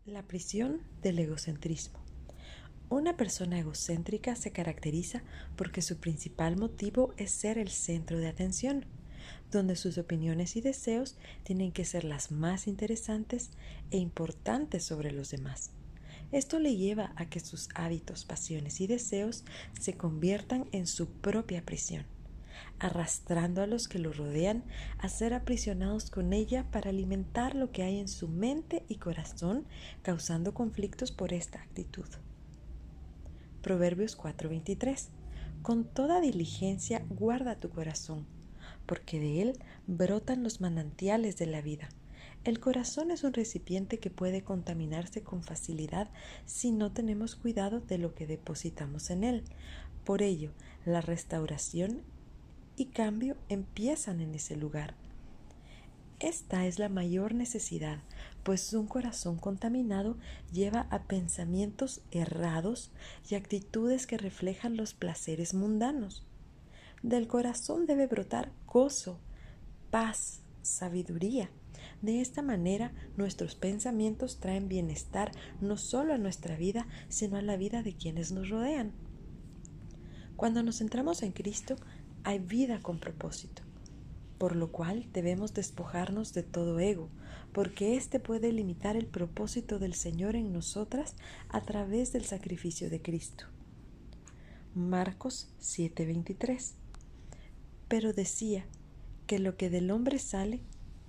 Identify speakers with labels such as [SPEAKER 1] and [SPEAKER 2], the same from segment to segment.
[SPEAKER 1] La prisión del egocentrismo. Una persona egocéntrica se caracteriza porque su principal motivo es ser el centro de atención, donde sus opiniones y deseos tienen que ser las más interesantes e importantes sobre los demás. Esto le lleva a que sus hábitos, pasiones y deseos se conviertan en su propia prisión, arrastrando a los que lo rodean a ser aprisionados con ella para alimentar lo que hay en su mente y corazón, causando conflictos por esta actitud. Proverbios 4:23. Con toda diligencia guarda tu corazón, porque de él brotan los manantiales de la vida. El corazón es un recipiente que puede contaminarse con facilidad si no tenemos cuidado de lo que depositamos en él. Por ello, la restauración y cambio empiezan en ese lugar. Esta es la mayor necesidad, pues un corazón contaminado lleva a pensamientos errados y actitudes que reflejan los placeres mundanos. Del corazón debe brotar gozo, paz, sabiduría. De esta manera, nuestros pensamientos traen bienestar no solo a nuestra vida, sino a la vida de quienes nos rodean. Cuando nos centramos en Cristo, hay vida con propósito, por lo cual debemos despojarnos de todo ego, porque éste puede limitar el propósito del Señor en nosotras a través del sacrificio de Cristo. Marcos 7:23. Pero decía que lo que del hombre sale,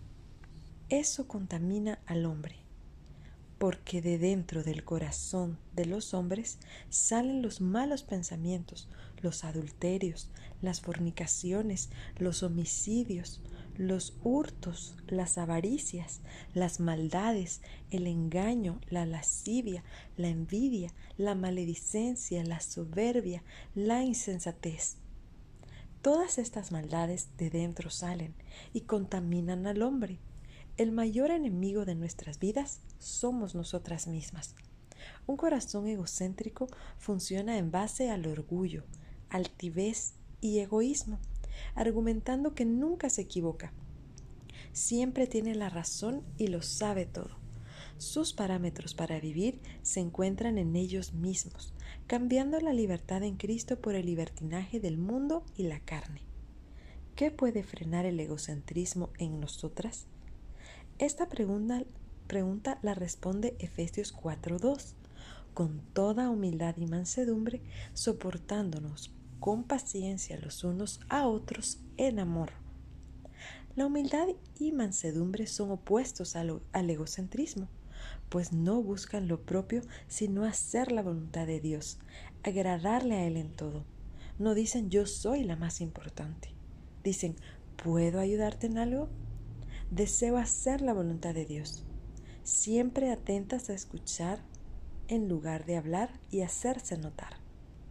[SPEAKER 1] eso contamina al hombre, porque de dentro del corazón de los hombres salen los malos pensamientos, los adulterios, las fornicaciones, los homicidios, los hurtos, las avaricias, las maldades, el engaño, la lascivia, la envidia, la maledicencia, la soberbia, la insensatez. Todas estas maldades de dentro salen y contaminan al hombre. El mayor enemigo de nuestras vidas somos nosotras mismas. Un corazón egocéntrico funciona en base al orgullo, altivez y egoísmo, argumentando que nunca se equivoca. Siempre tiene la razón y lo sabe todo. Sus parámetros para vivir se encuentran en ellos mismos, cambiando la libertad en Cristo por el libertinaje del mundo y la carne. ¿Qué puede frenar el egocentrismo en nosotras? Esta pregunta la responde Efesios 4:2, con toda humildad y mansedumbre, soportándonos con paciencia los unos a otros en amor. La humildad y mansedumbre son opuestos al egocentrismo, pues no buscan lo propio, sino hacer la voluntad de Dios, agradarle a Él en todo. No dicen yo soy la más importante. Dicen, ¿puedo ayudarte en algo? Deseo hacer la voluntad de Dios, siempre atentas a escuchar en lugar de hablar y hacerse notar.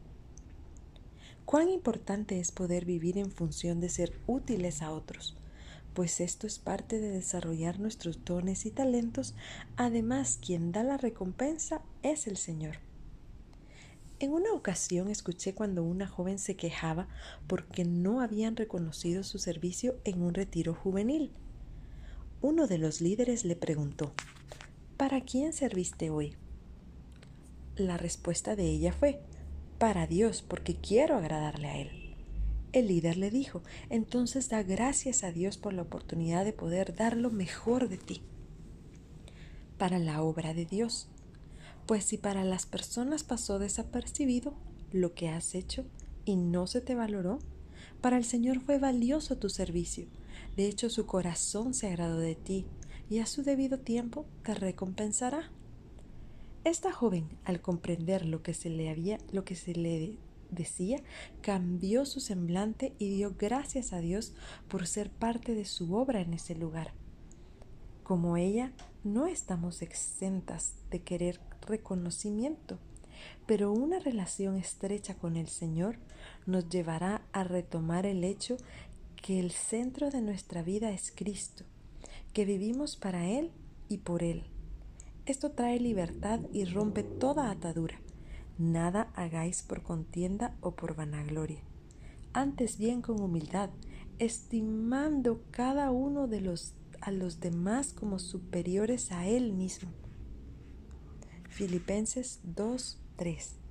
[SPEAKER 1] Cuán importante es poder vivir en función de ser útiles a otros, pues esto es parte de desarrollar nuestros dones y talentos. Además, quien da la recompensa es el Señor. En una ocasión escuché cuando una joven se quejaba porque no habían reconocido su servicio en un retiro juvenil. Uno de los líderes le preguntó, ¿para quién serviste hoy? La respuesta de ella fue, para Dios, porque quiero agradarle a Él. El líder le dijo, entonces da gracias a Dios por la oportunidad de poder dar lo mejor de ti para la obra de Dios. Pues si para las personas pasó desapercibido lo que has hecho y no se te valoró, para el Señor fue valioso tu servicio. De hecho, su corazón se agradó de ti y a su debido tiempo te recompensará. Esta joven, al comprender lo que se le decía, cambió su semblante y dio gracias a Dios por ser parte de su obra en ese lugar. Como ella, no estamos exentas de querer reconocimiento, pero una relación estrecha con el Señor nos llevará a retomar el hecho que el centro de nuestra vida es Cristo, que vivimos para Él y por Él. Esto trae libertad y rompe toda atadura. Nada hagáis por contienda o por vanagloria. Antes bien con humildad, estimando cada uno a los demás como superiores a Él mismo. Filipenses 2:3.